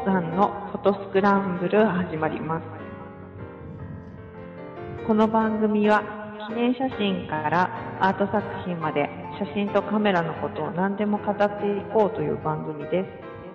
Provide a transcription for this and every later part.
さんのフォトスクランブル始まります。この番組は記念写真からアート作品まで写真とカメラのことを何でも語っていこうという番組です。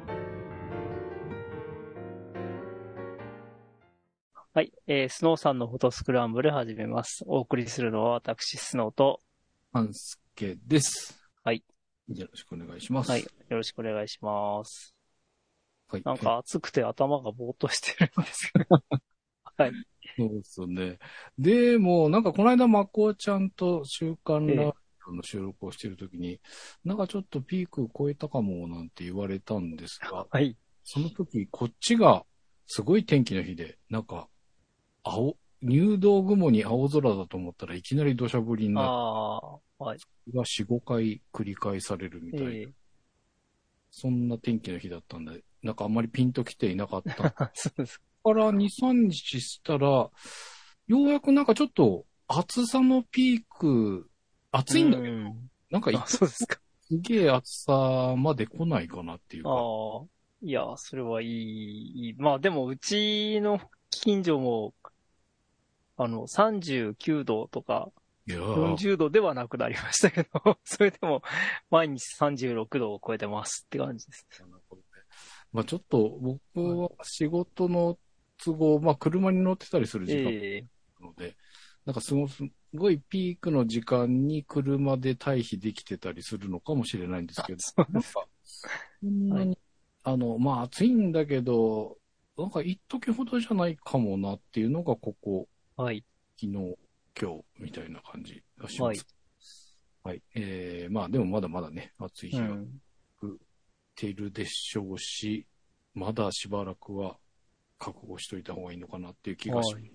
はい、スノーさんのフォトスクランブル始めます。お送りするのは私、スノーと、 半助です。 はい。 よろしくお願いします。 はい。よろしくお願いします。 はい。 なんか暑くて頭がぼーっとしてるんですけど。はい。 そうですね。でも、なんかこの間、まこちゃんと週刊ラジオの収録をしているときに、なんかちょっとピーク超えたかもなんて言われたんですが、 はい。 その時、こっちがすごい天気の日で、なんか、入道雲に青空だと思ったらいきなり土砂降りになって、 はい。 それが4、5回繰り返されるみたいな、そんな天気の日だったんで、なんかあんまりピンときていなかった。 そうです。 から2、3日したら、ようやくなんかちょっと暑さのピーク、暑いんだけど、なんかそうですか。 すげえ暑さまで来ないかなっていうか。 いや、それはいい。まあでも、うちの近所も、39度とか、 いや 40度ではなくなりましたけど、それでも毎日36度を超えてますって感じです。 まあちょっと僕は仕事の都合、まあ車に乗ってたりする時間なので、なんかすごいピークの時間に車で退避できてたりするのかもしれないんですけど、なんか、そんなに、まあ暑いんだけど、なんか一時ほどじゃないかもなっていうのがここ、 はい。 昨日、今日みたいな感じがします。はい。まあでもまだまだね、暑い日が来ているでしょうし、まだしばらくは覚悟しといた方がいいのかなっていう気がします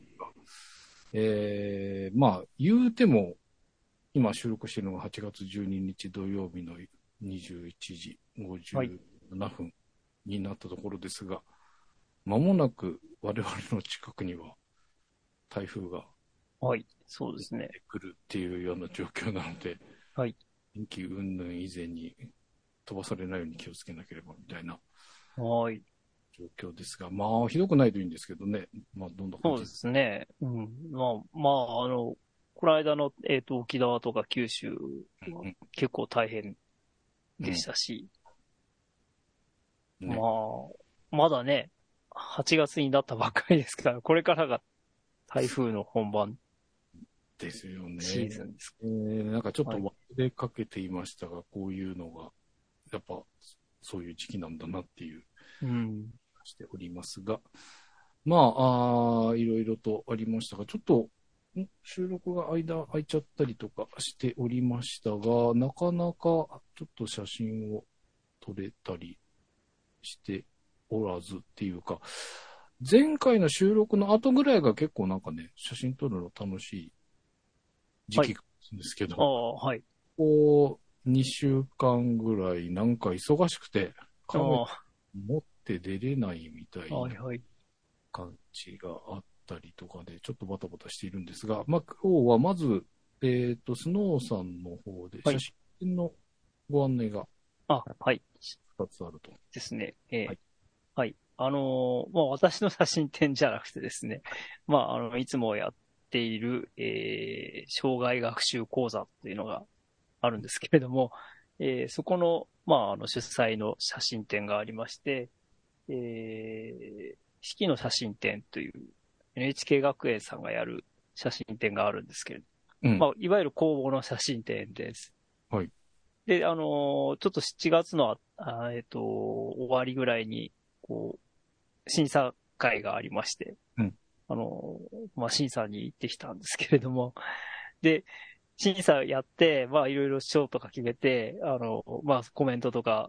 が、まあ言うても、今収録しているのが8月12日土曜日の21時57分になったところですが、間もなく我々の近くには台風がそうですね。 来るっていうような状況なので、 はい。 天気云々以前に飛ばされないように気をつけなければみたいなはい。 状況ですが、まあひどくないといいんですけどね、まあどんな感じそうですね。この間の、沖縄とか九州は結構大変でしたし、 ね、 まだね、8月になったばっかりですから、これからが台風の本番ですよね。 シーズンです。 なんかちょっと忘れかけていましたが、こういうのが、やっぱそういう時期なんだなっていう、しておりますが、まあ、いろいろとありましたが、ちょっと収録が空いちゃったりとかしておりましたが、なかなかちょっと写真を撮れたりしておらずっていうか、前回の収録の後ぐらいが結構なんかね、写真撮るの楽しい時期なんですけど、こう、2週間ぐらいなんか忙しくて、カメラ持って出れないみたいな感じがあったりとかで、ちょっとバタバタしているんですが、まあ今日はまず、スノーさんの方で写真のご案内が2つあると。 ですね。私の写真展じゃなくてですね、いつもやっている、障害学習講座というのがあるんですけれども、そこの、主催の写真展がありまして、四季の写真展という NHK 学園さんがやる写真展があるんですけれど、いわゆる公募の写真展です。 はい。 で、ちょっと7月の、終わりぐらいに、審査会がありまして、審査に行ってきたんですけれども、で、審査やって、いろいろ賞とか決めて、コメントとか、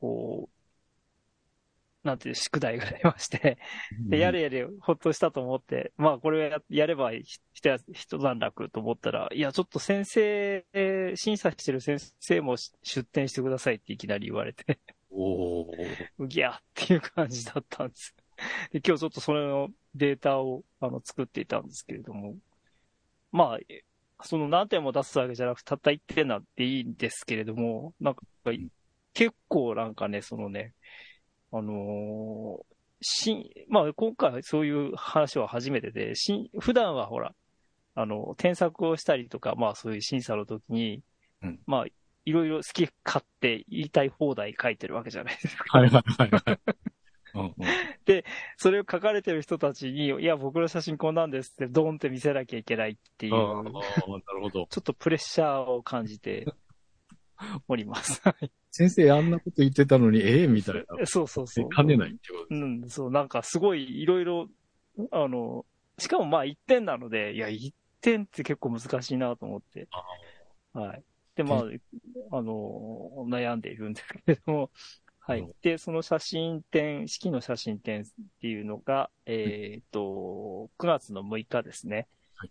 なんていう宿題がありまして、で、やれほっとしたと思って、これやれば一段落と思ったら、いや、ちょっと審査してる先生も出展してくださいっていきなり言われて、うぎゃーっていう感じだったんです。で、今日ちょっとそれのデータを作っていたんですけれども、その何点も出すわけじゃなくて、たった1点なんていいんですけれども、なんか、結構なんかね、そのね、 まあ今回そういう話は初めてで、普段はほら、添削をしたりとか、まあそういう審査の時に、 うん、 まあ、いろいろ好き勝手言いたい放題書いてるわけじゃないですか。 はいはいはいはい。うんうん、 で、それを書かれてる人たちに、いや、僕の写真こんなんですってドーンって見せなきゃいけないっていう、 なるほど。 ちょっとプレッシャーを感じております。 先生あんなこと言ってたのに、みたいな。 そうそうそう。 兼ねないってことです。 うん、そう、なんかすごいいろいろ、しかもまあ1点なので、いや、1点って結構難しいなと思って。はい。で、まあ、悩んでいるんですけれども、はい。で、その式の写真展っていうのが、9月の6日ですね。 はい、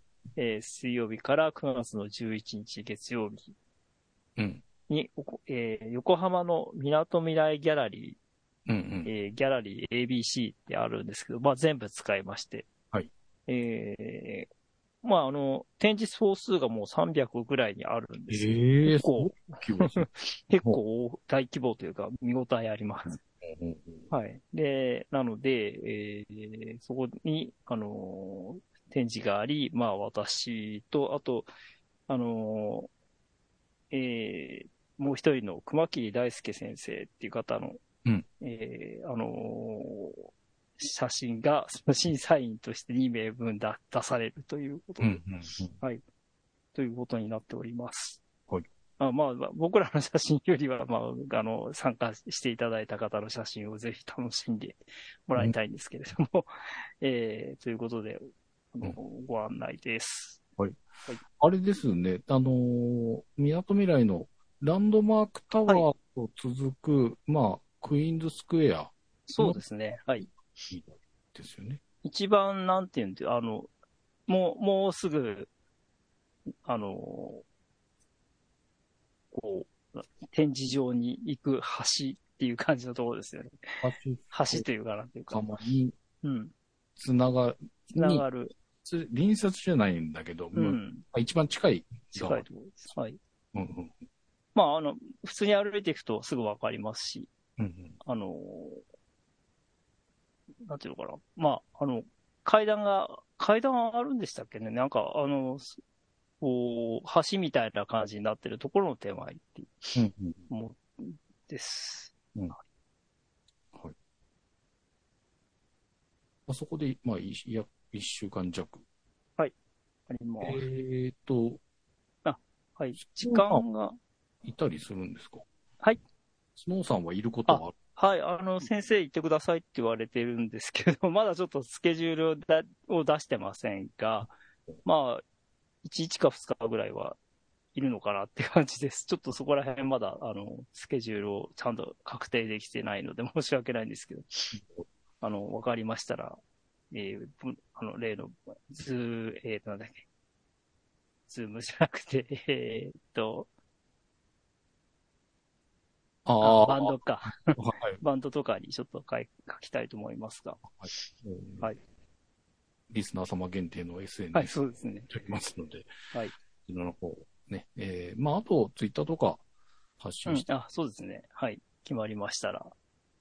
水曜日から9月の11日月曜日に、横浜のみなとみらいギャラリー、ギャラリー ABC ってあるんですけど、まあ全部使いまして、 はい、 まあ展示総数がもう300ぐらいにあるんですよ。結構、結構大規模というか見応えあります。はい。で、なので、そこに、展示があり、まあ私と、あと、もう一人の熊切大輔先生っていう方の、 うん、 写真がその審査員として2名分出されるということで、はい。ということになっております。 はい。 まあ、僕らの写真よりは、まあ、参加していただいた方の写真をぜひ楽しんでもらいたいんですけれども、ということで、ご案内です。 はい。はい、あれですね、みなとみらいのランドマークタワーと続く、はい、まあ、クイーンズスクエア。 そうですね、はい。 ですよね。 一番、なんていうんで、もうすぐ、こう、展示場に行く橋っていう感じのところですよね。橋というかなんていうか。 に、つながる。 隣接じゃないんだけど、一番近い。 近いところです。はい。まあ、普通に歩いていくとすぐわかりますし、なんていうのかな。まあ、階段あるんでしたっけね。なんか、こう、橋みたいな感じになってるところの手前っていう、です。 はい。あそこで、まあ、1週間弱。 はい。あります。はい。時間が。 いたりするんですか？ はい。 スノーさんはいることははい。先生行ってくださいって言われてるんですけど、まだちょっとスケジュールを出してませんが、まあ、1日か2日ぐらいはいるのかなって感じです。ちょっとそこら辺まだ、スケジュールをちゃんと確定できてないので申し訳ないんですけど、わかりましたら、例の、なんだっけ、ズームじゃなくて、バンドか。バンドとかにちょっと書きたいと思いますが。はい。 リスナー様限定の SNS はい、そうですね。 とりますので、 はい。 こちらの方、ね、まあ、あと、ツイッターとか発信して、 そうですね。はい。決まりましたら、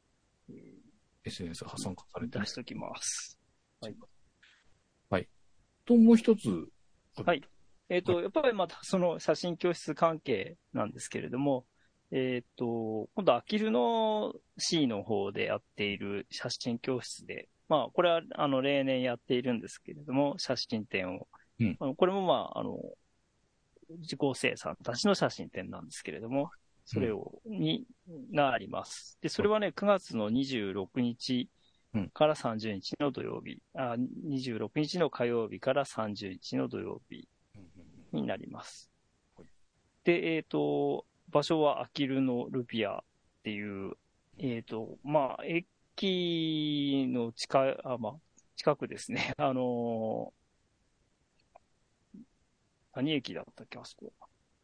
SNS が参加されて出しときます。はい。 はい。と、もう一つ。 はい。やっぱりまたその写真教室関係なんですけれども、今度あきる野市の方でやっている写真教室で、まあ、これは例年やっているんですけれども、写真展を。これもまあ、自己生産たちの写真展なんですけれども、それがあります。で、それはね、9月の26日から30日の土曜日、26日の火曜日から30日の土曜日になります。で、場所はあきる野ルピアっていう、まあ、駅の近くですね。何駅だったっけ、あそこ。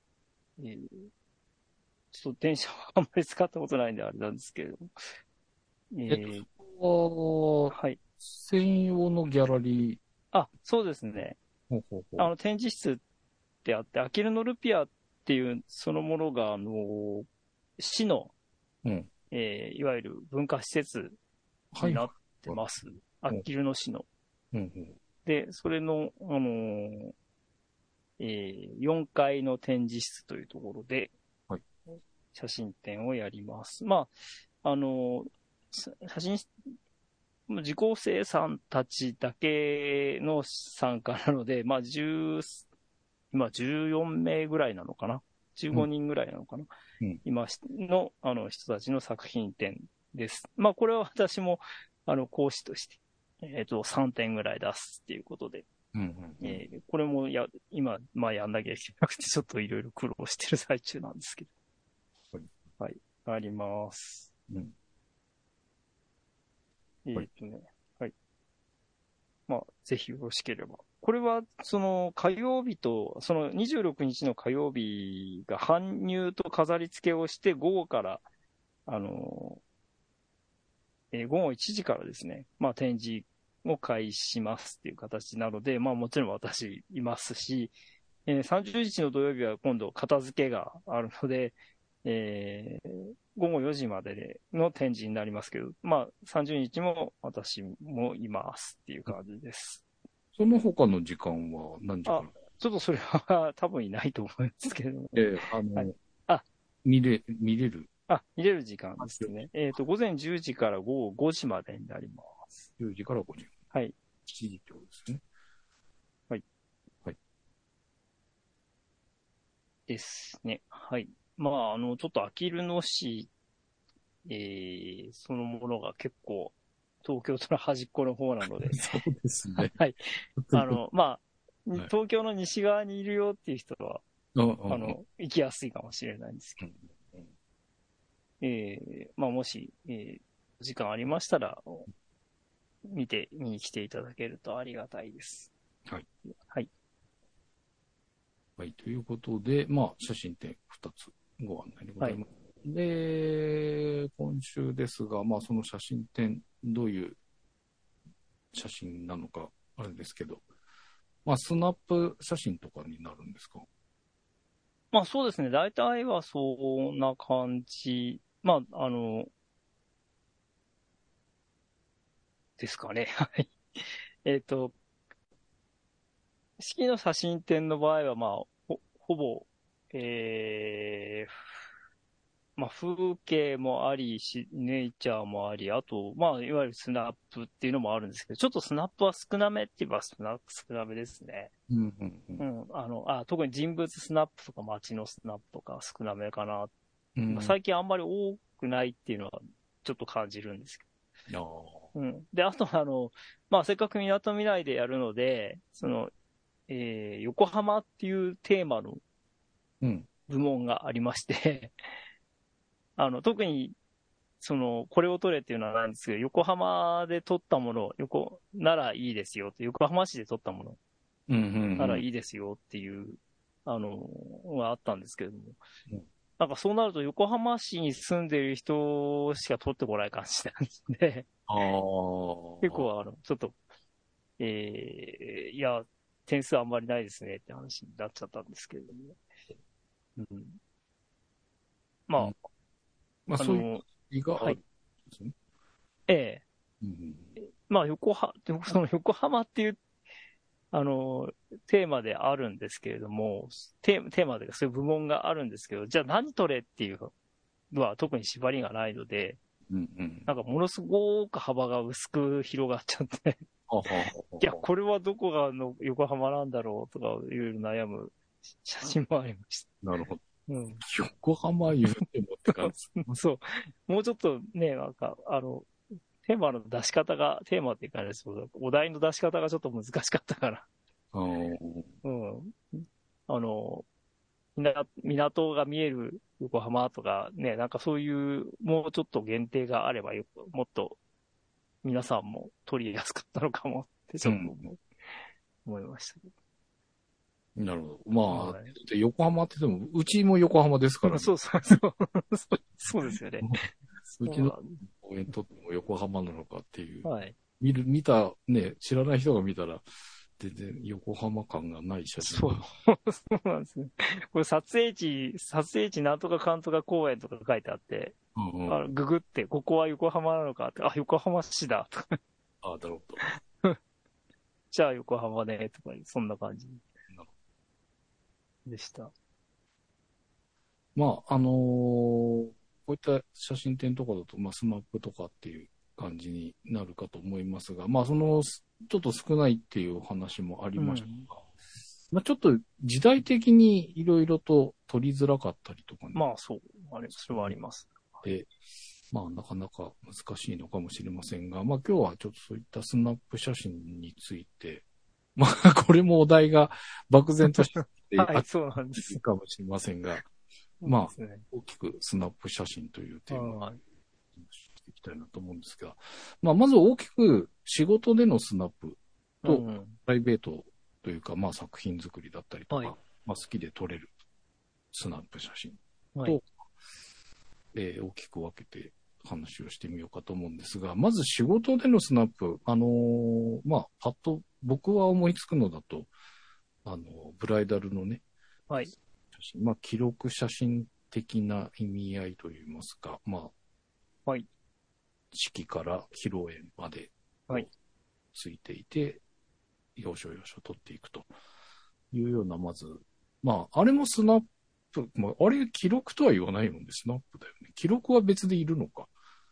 ちょっと電車はあんまり使ったことないんであれなんですけれども。はい。 専用のギャラリー。そうですね。展示室ってあって、あきる野ルピアっていうそのものが、市の、いわゆる文化施設になっってます。あきる野市の。 うんうん、 で、それの、4階の展示室というところで、 はい、 写真展をやります。まあ、写真、自校生さんたちだけの参加なので、まあ、今14名ぐらいなのかな ?15 人ぐらいなのかな、 うん、 今の、人たちの作品展です。まあ、これは私も、講師として、3点ぐらい出すっていうことで、これも今、まあ、やんなきゃいけなくて、ちょっといろいろ苦労してる最中なんですけど。はい。あります。 うん。 はい。まあ、ぜひよろしければ。これは、その火曜日と、その26日の火曜日が搬入と飾り付けをして、午後から、午後1時からですね、まあ展示を開始しますっていう形なので、まあもちろん私いますし、30日の土曜日は今度片付けがあるので、午後4時までの展示になりますけど、まあ30日も私もいますっていう感じです。 その他の時間は何時から？ ちょっとそれは多分いないと思うんですけれども。 はい、見れる。 見れる時間ですね。午前10時から午後5時までになります。 10時から5時。 はい。 7時ってことですね。 はい。 はい。 ですね。はい。まあ、ちょっとあきる野市、そのものが結構、東京都の端っこの方なので。 そうですね。 はい。まあ、東京の西側にいるよっていう人は、行きやすいかもしれないんですけど。まあ、もし、時間ありましたら、見に来ていただけるとありがたいです。 はい。 はい。 はい。ということで、まあ、写真展2つご案内でございます。はい、で、今週ですが、まあ、その写真展、どういう写真なのか、あれですけど、まあ、スナップ写真とかになるんですか？ まあ、そうですね。大体はそんな感じ。まあ、ですかね。はい。式の写真展の場合は、まあ、ほぼ、まあ、風景もありネイチャーもあり、あと、まあ、いわゆるスナップっていうのもあるんですけど、ちょっとスナップは少なめって言えば少なめですね。特に人物スナップとか街のスナップとか少なめかな。最近あんまり多くないっていうのはちょっと感じるんですけど。で、あとまあ、せっかく港未来でやるので、横浜っていうテーマの部門がありまして、特に、これを撮れっていうのはないんですけど、横浜で撮ったもの、ならいいですよって、横浜市で撮ったもの、ならいいですよっていう、があったんですけれども、なんかそうなると横浜市に住んでる人しか撮ってこない感じなんで、結構ちょっと、いや、点数あんまりないですねって話になっちゃったんですけれども、まあ、 そういう意があるんですね。 まあ、その横浜っていう、テーマであるんですけれども、テーマでそういう部門があるんですけど、じゃあ何取れっていうのは特に縛りがないので、なんかものすごく幅が薄く広がっちゃっていや、これはどこが横浜なんだろうとかいろいろ悩む写真もありました。 なるほど。横浜言うてもって感じ。 そう。もうちょっとね、なんか、テーマの出し方が、テーマっていうかね、お題の出し方がちょっと難しかったから。港が見える横浜とかね、なんかそういう、もうちょっと限定があればもっと皆さんも取りやすかったのかもってちょっと思いましたけど。 なるほど。まあ、横浜って言っても、うちも横浜ですからね。 そうですよね。 うちの公園とっても横浜なのかっていう。 はい。 知らない人が見たら、全然横浜感がない写真。 そうなんですね。これ撮影地なんとかかんとか公園とか書いてあって、ググって、ここは横浜なのかって、横浜市だとか。 ああ、なるほど。 じゃあ横浜で、とか、そんな感じでした。 まあ、こういった写真展とかだと、まあ、スマップとかっていう感じになるかと思いますが、まあ、ちょっと少ないっていうお話もありましたが、まあ、ちょっと時代的にいろいろと取りづらかったりとかね。 まあ、そう、それはあります。 で、まあ、なかなか難しいのかもしれませんが、まあ、今日はちょっとそういったスナップ写真について、まあ、これもお題が漠然としてはい、そうなんです。 かもしれませんが、まあ、大きくスナップ写真というテーマをしていきたいなと思うんですが、まあ、まず大きく仕事でのスナップと、プライベートというか、まあ、作品作りだったりとか、まあ、好きで撮れるスナップ写真と、大きく分けて話をしてみようかと思うんですが、まず仕事でのスナップ、まあ、パッと僕は思いつくのだと、ブライダルのね、 はい。 写真、まあ、記録写真的な意味合いといいますか、まあ、 はい。 式から披露宴まで、ついていて、要所要所取っていくというような、まず、まあ、あれもスナップ、まあ、あれ記録とは言わないもんで、スナップだよね。記録は別でいるのか。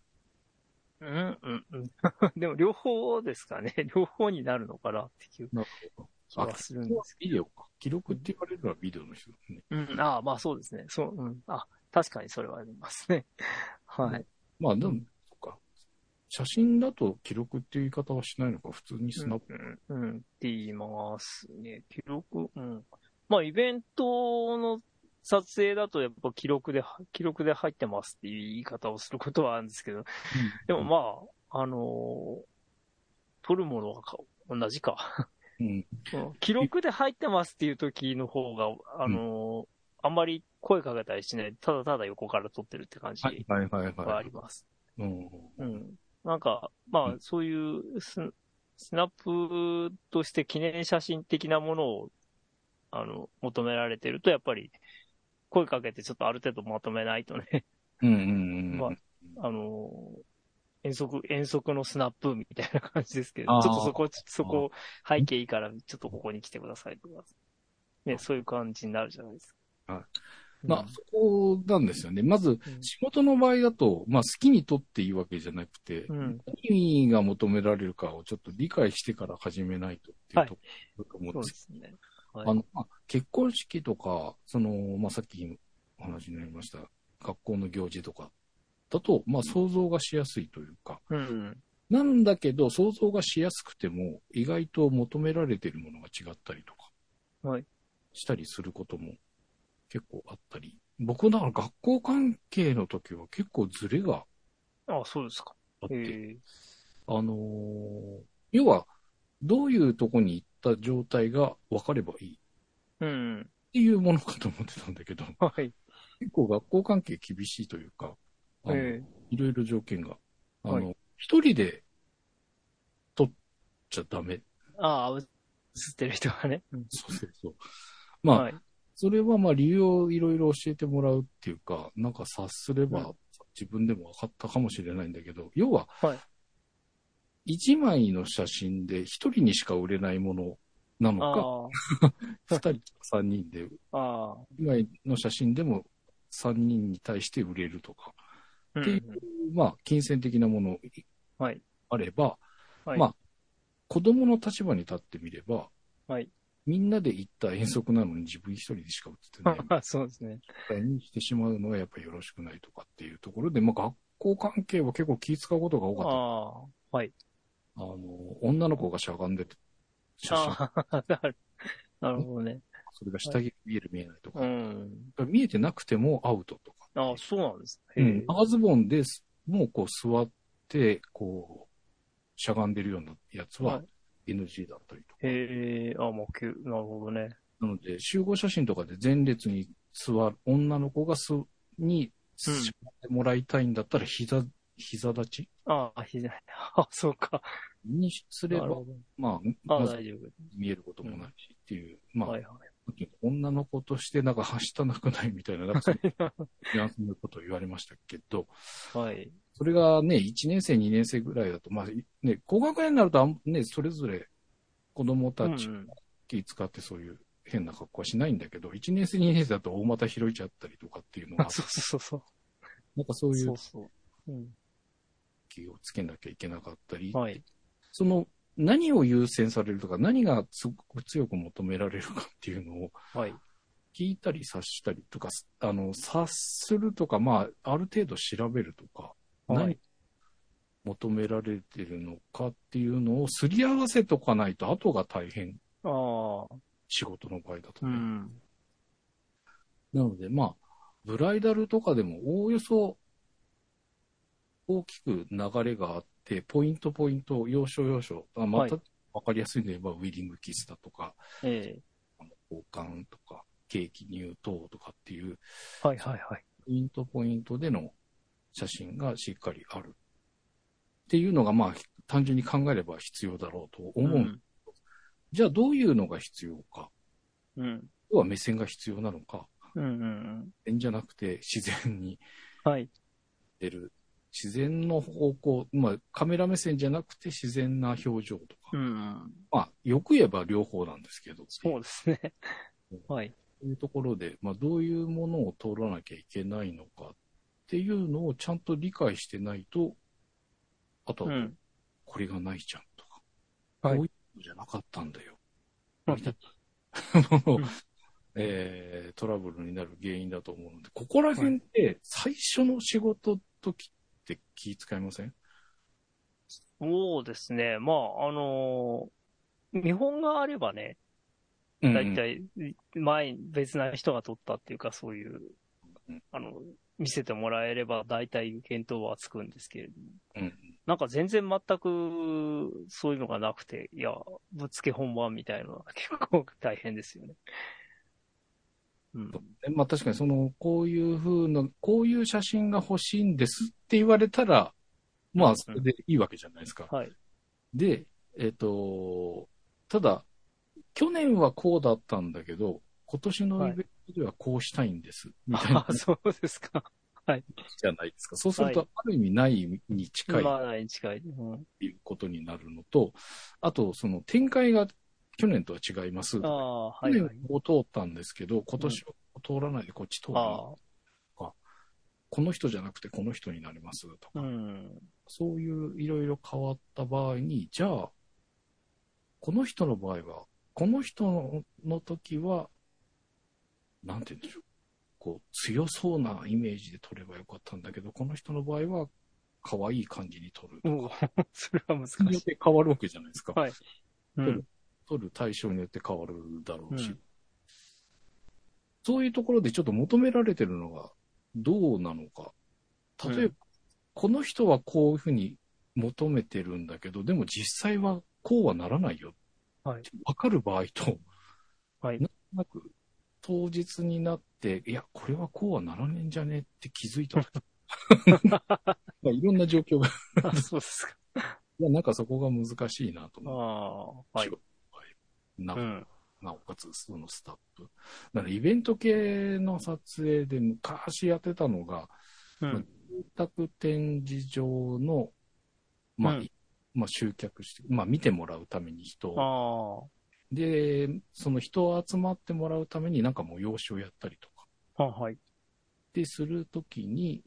でも両方ですかね。両方になるのかなっていう気はするんですけど。 ビデオか。記録って言われるのはビデオの人だね。 ああ、まあそうですね。そう、確かにそれはありますね。はい。 まあでも、写真だと記録っていう言い方はしないのか、普通にスナップ。 って言いますね。記録、まあイベントの撮影だとやっぱ記録で入ってますっていう言い方をすることはあるんですけど、でもまあ、撮るものは同じか。記録で入ってますっていう時の方が、あんまり声かけたりしない。ただただ横から撮ってるって感じはあります。なんか、まあ、そういうスナップとして記念写真的なものを、求められてると、やっぱり、声かけてちょっとある程度まとめないとね。まあ、遠足のスナップみたいな感じですけど、ちょっとそこ、背景いいから、ちょっとここに来てくださいとか、ね、そういう感じになるじゃないですか。 まあ、そこなんですよね。まず、仕事の場合だと、まあ、好きに撮っていいわけじゃなくて、何が求められるかをちょっと理解してから始めないとっていうところだと思うんですけど、まあ、結婚式とか、まあ、さっきお話になりました、学校の行事とかだと、まあ、想像がしやすいというか、なんだけど、想像がしやすくても、意外と求められているものが違ったりとか、したりすることも結構あったり。僕だから学校関係の時は結構ズレがそうですか。 あって、要は、どういうとこに行った状態が分かればいい。っていうものかと思ってたんだけど、結構学校関係厳しいというか、いろいろ条件が。一人で撮っちゃダメ。 映ってる人がね。 そう。まあ、それはまあ理由をいろいろ教えてもらうっていうか、なんか察すれば自分でも分かったかもしれないんだけど、要は、一枚の写真で一人にしか売れないものなのか、二人とか三人で、一枚の写真でも三人に対して売れるとか、っていう、まあ、金銭的なものあれば、まあ、子供の立場に立ってみれば、みんなで行った遠足なのに自分一人でしか写ってない。 そうですね。 にしてしまうのはやっぱりよろしくないとかっていうところで、まあ学校関係は結構気使うことが多かった。女の子がしゃがんでて、写真。 なるほどね。 それが下着見える見えないとか。見えてなくてもアウトとか。 そうなんですね。長ズボンでもうこう座って、こう、しゃがんでるようなやつは、NG だったりとか。 なるほどね。 なので、集合写真とかで前列に座る、女の子がに座ってもらいたいんだったら、膝立ちそうか。 にすれば、まあ、まず見えることもないしっていう、まあ、女の子としてなんかはしたなくないみたいな、なんかそういうニュアンスのことを言われましたけど、 それがね、1年生、2年生ぐらいだと、まあね、高学年になるとね、それぞれ子供たち気使ってそういう変な格好はしないんだけど、1年生、2年生だと大股広いちゃったりとかっていうのが、 そうそうそう。 なんかそういうう気をつけなきゃいけなかったり、 はい。 その何を優先されるとか、何がすごく強く求められるかっていうのを、 はい。 聞いたり察したりとか、察するとか、まあ、ある程度調べるとか、何求められてるのかっていうのをすり合わせとかないと後が大変。仕事の場合だとね。なので、まあ、ブライダルとかでもおおよそ大きく流れがあって、ポイント、要所要所、また分かりやすいので言えば、ウィディングキスだとか、交換とか、ケーキ入刀とかっていう、ポイントでの写真がしっかりある。っていうのが、まあ、単純に考えれば必要だろうと思うん。じゃあ、どういうのが必要か。要は目線が必要なのか。目線じゃなくて、自然に出る。自然の方向、まあ、カメラ目線じゃなくて自然な表情とか。まあ、よく言えば両方なんですけど。 そうですね。はい。 というところで、まあ、どういうものを通らなきゃいけないのかっていうのをちゃんと理解してないと、あとは、これがないじゃんとか、こういうのじゃなかったんだよ。みたいなものを、トラブルになる原因だと思うので、ここら辺って最初の仕事時って気遣いません？ そうですね。まあ、見本があればね、だいたい前に別な人が撮ったっていうか、そういう、見せてもらえれば大体見当はつくんですけれども。なんか全然全くそういうのがなくて、いや、ぶっつけ本番みたいなのが結構大変ですよね。 まあ確かにこういう写真が欲しいんですって言われたら、まあそれでいいわけじゃないですか。で、ただ、去年はこうだったんだけど、今年のイベントではこうしたいんです。みたいな。 そうですか。はい。 じゃないですか。そうすると、ある意味ないに近い。 ないに近い。 っていうことになるのと、あと、その展開が去年とは違います。去年ここ通ったんですけど、今年は通らないでこっち通るとか、この人じゃなくてこの人になりますとか、そういういろいろ変わった場合に、じゃあ、この人の場合は、この人の時は、なんて言うんでしょう。こう、強そうなイメージで撮ればよかったんだけど、この人の場合は、可愛い感じに撮るとか。 それは難しい。 によって変わるわけじゃないですか。 はい。 撮る対象によって変わるだろうし。そういうところでちょっと求められてるのがどうなのか。例えば、この人はこういうふうに求めてるんだけど、でも実際はこうはならないよ。わかる場合と、なんとなく当日になって、いや、これはこうはならねえんじゃねって気づいたとき。いろんな状況がそうですか。 いや、なんかそこが難しいなと思う。なおかつ、そのスタッフ。だからイベント系の撮影で昔やってたのが、住宅展示場の、まあ、集客して、まあ、見てもらうために人を。で、その人を集まってもらうためになんか催しをやったりとか。で、するときに、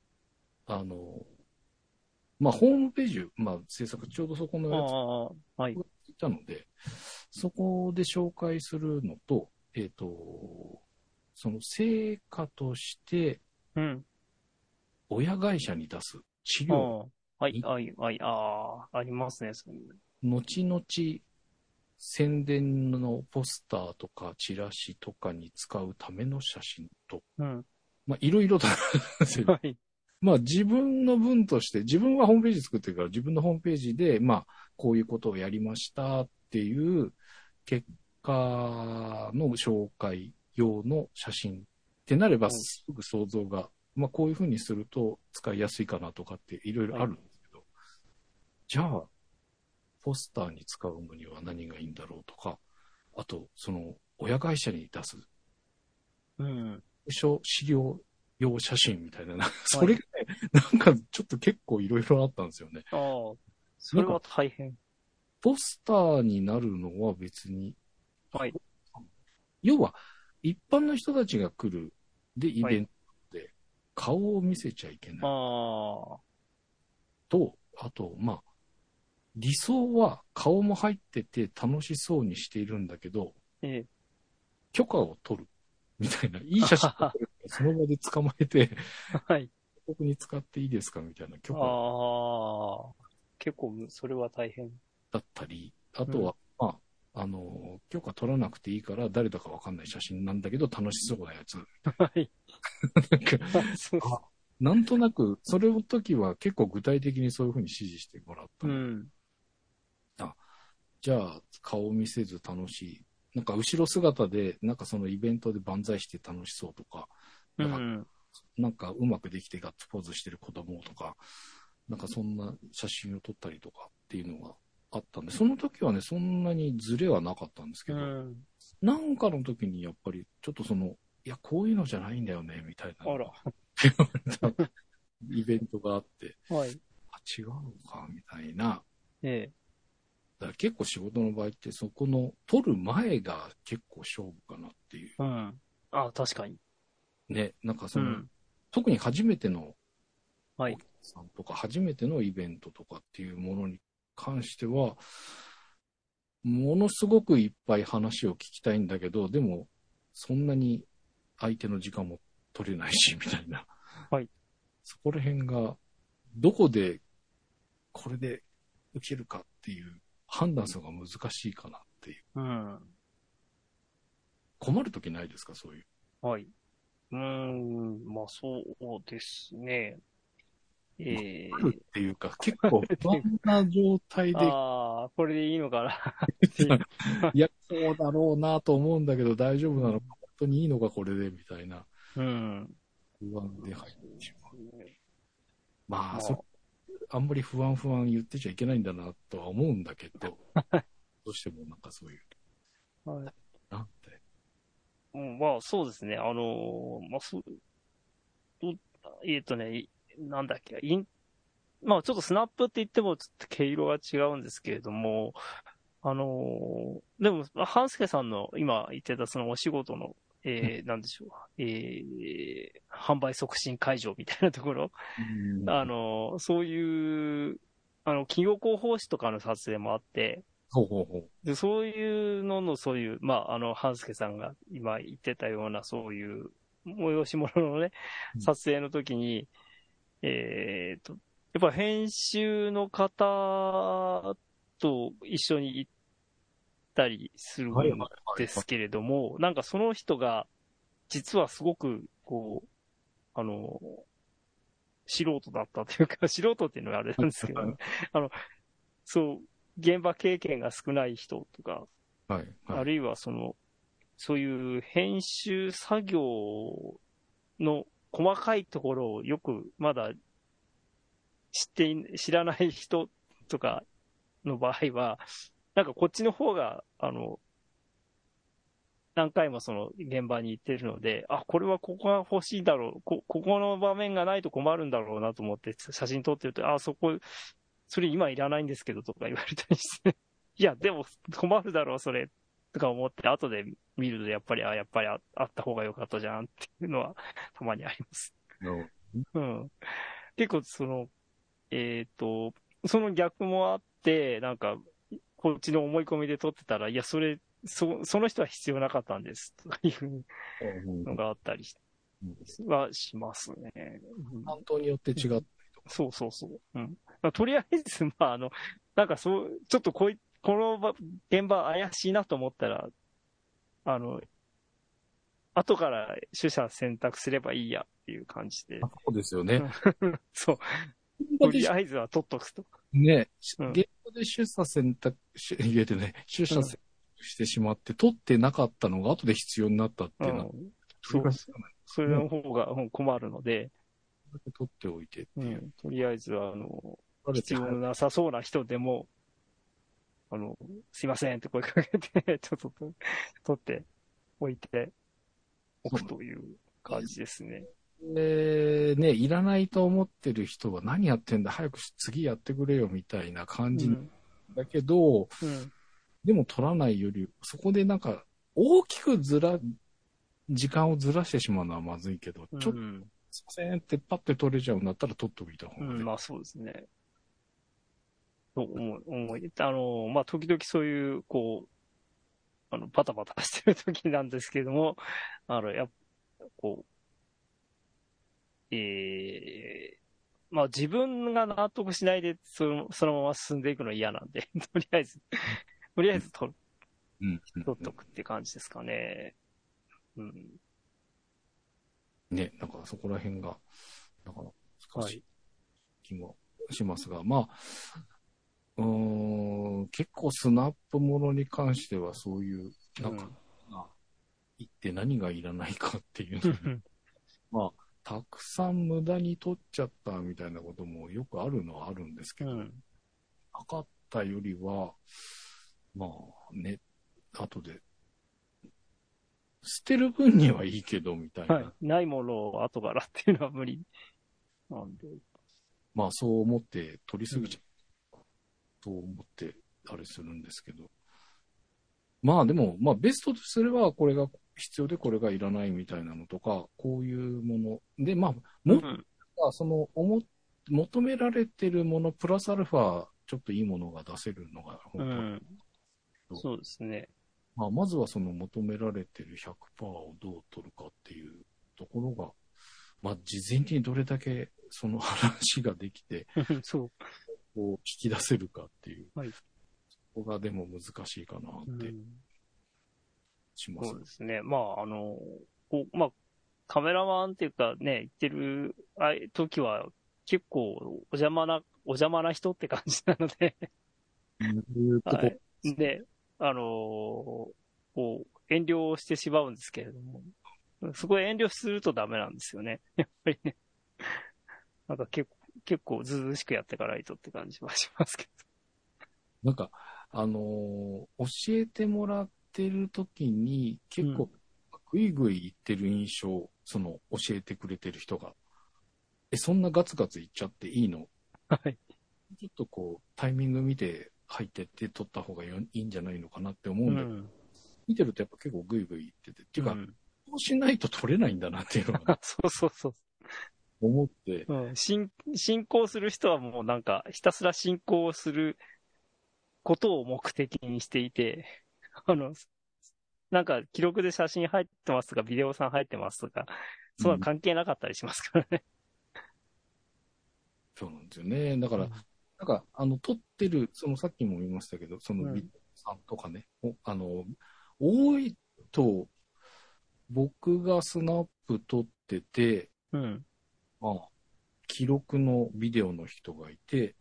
まあ、ホームページ、まあ、制作、ちょうどそこのやつがいたので、そこで紹介するのと、その成果として、親会社に出す資料。 ありますね、 後々、宣伝のポスターとかチラシとかに使うための写真と、まあ、いろいろとまあ自分の分として、自分はホームページ作ってるから自分のホームページで、まあこういうことをやりましたっていう結果の紹介用の写真ってなればすぐ想像が、まあこういうふうにすると使いやすいかなとかっていろいろあるんですけど、じゃあ、ポスターに使うのには何がいいんだろうとか、あと、その親会社に出す、資料用写真みたいな、それがね、なんかちょっと結構いろいろあったんですよね。 ああ、それは大変。 ポスターになるのは別に、 はい。 要は、一般の人たちが来る、で、イベントで、顔を見せちゃいけない。 ああ。 と、あと、まあ、理想は顔も入ってて楽しそうにしているんだけど、 ええ。 許可を取る。みたいな。いい写真を撮るからその場で捕まえて、 はい。 ここに使っていいですかみたいな許可ああ。結構、それは大変。 だったり、あとは、まあ、許可取らなくていいから誰だかわかんない写真なんだけど楽しそうなやつ。 はい。 なんかそうあなんとなく、それの時は結構具体的にそういうふうに指示してもらったの。 うん。 じゃあ、顔を見せず楽しい。なんか後ろ姿で、なんかそのイベントで万歳して楽しそうとか、なんかうまくできてガッツポーズしてる子供とか、なんかそんな写真を撮ったりとかっていうのがあったんで、その時はね、そんなにズレはなかったんですけど、なんかの時にやっぱりちょっといや、こういうのじゃないんだよね、みたいな。 あら。 イベントがあって、 はい。 違うのか、みたいな。 ええ。 だから結構仕事の場合ってそこの撮る前が結構勝負かなっていう。 うん。ああ、確かに。 ね、なんか特に初めてのはい。 お客さんとか初めてのイベントとかっていうものに関しては、ものすごくいっぱい話を聞きたいんだけど、でもそんなに相手の時間も取れないし、みたいな。 はい。 そこら辺がどこでこれで受けるかっていう判断するのが難しいかなっていう。 うん。 困るときないですか、そういう。 はい。まあそうですね。え困るえ。 っていうか、結構不安な状態で、 ああ、これでいいのかなっていう。 いや、そうだろうなと思うんだけど大丈夫なのか、本当にいいのか、これで、みたいなうん。 不安で入ってしまう。 ねまあ、 まあ、 あんまり不安言ってちゃいけないんだなとは思うんだけど、どうしてもなんかそういう、 はい。 なんて。 まあ、そうですね。まあ、どなんだっけ、まあ、ちょっとスナップって言っても、ちょっと毛色が違うんですけれども、でも、半助さんの今言ってたそのお仕事の、なんでしょう、販売促進会場みたいなところ、 うん、 そういう、企業広報誌とかの撮影もあって、 ほうほうほう。 で、そういうのの、そういう、まあ、半助さんが今言ってたような、そういう催し物のね、撮影の時に、えっと、やっぱ編集の方と一緒に行ったりするはいはいんはいはい。 ですけれども、なんかその人が、実はすごく、こう、あの、素人だったというか、素人っていうのはあれなんですけどね。あの、そう、現場経験が少ない人とか、 はいはい。 あるいはそういう編集作業の細かいところをよくまだ知らない人とかの場合は、なんかこっちの方が、何回もその現場に行ってるので、あ、これはここが欲しいだろう、ここの場面がないと困るんだろうなと思って写真撮ってると、あ、それ今いらないんですけどとか言われたりして、いや、でも困るだろう、それ、とか思って、後で見るとやっぱりあった方が良かったじゃんっていうのはたまにあります。 なるほうん。結構その逆もあって、なんか、こっちの思い込みで撮ってたら、いや、その人は必要なかったんです、とかいうど。うんのがあったりうん、 はしますね。うん、 担当によって違ったりとか。 そうそうそう。うん。まあとりあえず、まあ、なんかちょっとこの現場怪しいなと思ったら、あの、後から取捨選択すればいいやっていう感じで。 そうですよね。 うんそう。とりあえずは取っとくと。 ね、 うん。 現場で取捨選択し、言えてね、取うん。 捨選択してしまって、取ってなかったのが後で必要になったっていうのは、 うん。そうそう。それもう、 の方が困るので、 これだけ取っておいてっていう。 うん。とりあえずは、 取られて早く。 必要なさそうな人でも、すいませんって声かけて、ちょっと取っておいておそうなんくという感じですね。 ね、いらないと思ってる人は何やってんだ、早く次やってくれよみたいな感じだけど、でも取らないより、そこでなんか大きく時間をずらしてしまうのはまずいけど、ちょっと、すいませんってパッて取れちゃうんだったら取っといた方がね。 まあそうですね。と思い、まあ時々そういう、こう、バタバタしてる時なんですけれども、やっぱ、こう、まあ自分が納得しないでそのまま進んでいくの嫌なんで、とりあえず取っとくって感じですかね。 ね、だからそこら辺が、だから難しい気もしますが、まあ、結構スナップものに関してはそういう、なんか、言って何がいらないかっていうのまあ、たくさん無駄に取っちゃったみたいなこともよくあるのはあるんですけど、なかったよりは、まあね、後で、捨てる分にはいいけど、みたいな。 ないものを後からっていうのは無理なんで。 まあそう思って取りすぎちゃう。と思ってあれするんですけど。まあでも、まあベストとすればこれが必要でこれがいらないみたいなのとか、こういうもの。で、まあ、その求められてるものプラスアルファ、ちょっといいものが出せるのが本当そうですね。 まあ、まずはその求められてる 100% をどう取るかっていうところが、まあ、事前にどれだけその話ができて、 そう。 こう聞き出せるかっていう、そこがでも難しいかなってします。 そうですね。まあ、まあ、カメラマンっていうかね、言ってる時は結構お邪魔な人って感じなのではい。で、こう、遠慮してしまうんですけれども、そこへ遠慮するとダメなんですよね。やっぱりね。なんか結構ずうずうしくやっていかないとって感じはしますけど。 なんか、教えてもらってる時に結構ぐいぐい言ってる印象、その教えてくれてる人が。そんなガツガツ言っちゃっていいの？ はい。 ちょっとこう、タイミング見て入ってって取った方がいいんじゃないのかなって思うんだけど、見てるとやっぱ結構グイグイ言ってて、っていうか、そうしないと取れないんだなっていうのが、 そう。 思って、 進行する人はもうなんか、ひたすら進行することを目的にしていて、なんか記録で写真入ってますとか、ビデオさん入ってますとか、そんな関係なかったりしますからね。 そうなんですよね。だから、なんか、撮ってる、そのさっきも言いましたけど、そのビデオさんとかね、多いと、僕がスナップ撮ってて、まあ、記録のビデオの人がいて、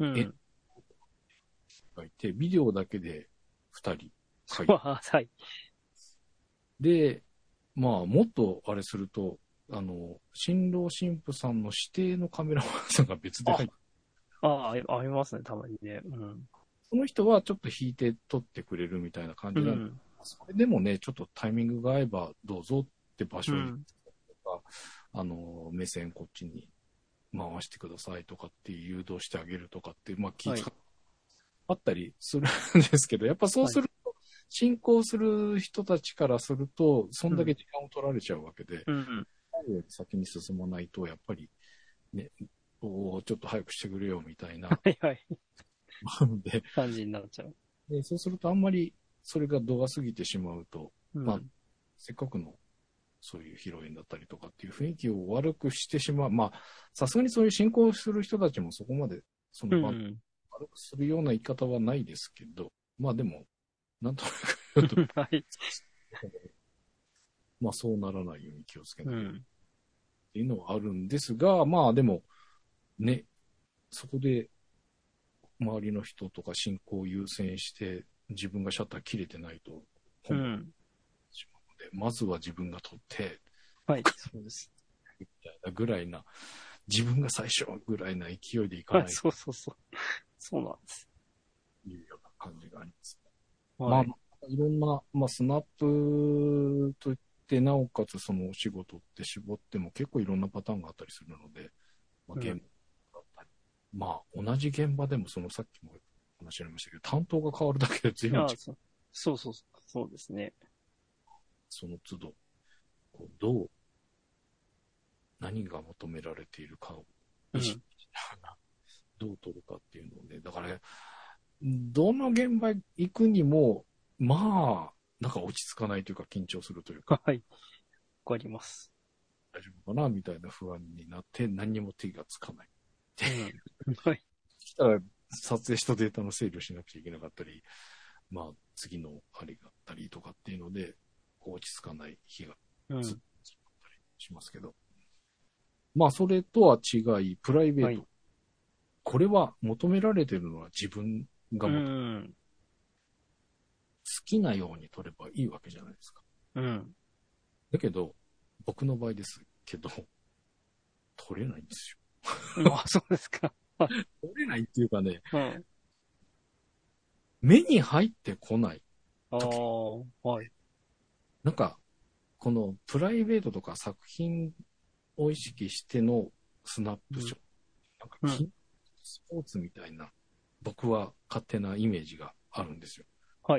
がいて、ビデオだけで2人書いて。 はい。 で、まあ、もっとあれすると、新郎新婦さんの指定のカメラマンさんが別で入って。 ありますね、たまにね。 その人はちょっと引いて撮ってくれるみたいな感じなんで、それでもね、ちょっとタイミングが合えばどうぞって場所に、目線こっちに回してくださいとかって誘導してあげるとかって、まあ気遣あったりするんですけど、やっぱそうすると、進行する人たちからすると、そんだけ時間を取られちゃうわけで、先に進まないと、やっぱりね、ちょっと早くしてくれよみたいな、 感じになっちゃう。 でそうするとあんまりそれが度が過ぎてしまうと、まあ、せっかくのそういう披露宴だったりとかっていう雰囲気を悪くしてしまう。まあ、さすがにそういう進行する人たちもそこまで、その悪くするような言い方はないですけど、まあでも、なんとなく言うと、まあそうならないように気をつけないっていうのはあるんですが、まあでも、ね、そこで周りの人とか進行を優先して自分がシャッター切れてないと、まずは自分が撮って、 そうです。 みたいなぐらいな、自分が最初ぐらいな勢いでいかない。 そうなんです。 いうような感じがありますね。まあ、いろんな、まあ、スナップといって、なおかつそのお仕事って絞っても結構いろんなパターンがあったりするので、まあ、現場だったり、まあ同じ現場でもそのさっきも話ありましたけど、担当が変わるだけで随分違う。 そうですね。 その都度、こうどう、何が求められているかを意識しながら、どう取るかっていうので、だから、どの現場行くにも、まあ、なんか落ち着かないというか緊張するというか、 はい。わかります。 大丈夫かなみたいな不安になって何にも手がつかない。 はい。 したら撮影したデータの整理をしなくちゃいけなかったり、まあ次のあれがあったりとかっていうので、こう落ち着かない日がずっとあったりしますけど。まあそれとは違い、プライベート。 はい、 これは求められてるのは自分が好きなように撮ればいいわけじゃないですか。だけど、僕の場合ですけど、撮れないんですよ。あ、そうですか。 撮れないっていうかね、目に入ってこない時。 はい。 なんか、このプライベートとか作品を意識してのスナップショット。なんか、スポーツみたいな、僕は勝手なイメージがあるんですよ。 はい。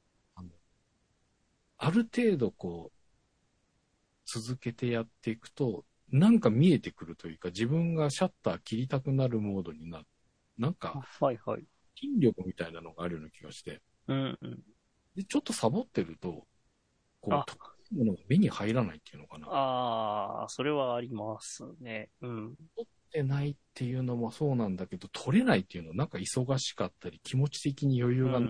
ある程度こう、続けてやっていくと、なんか見えてくるというか、自分がシャッター切りたくなるモードになる。なんか、 はいはい。 筋力みたいなのがあるような気がして。で、ちょっとサボってると、こう、というものが目に入らないっていうのかな。 それはありますね。 撮ってないっていうのもそうなんだけど、撮れないっていうのはなんか忙しかったり、気持ち的に余裕がない。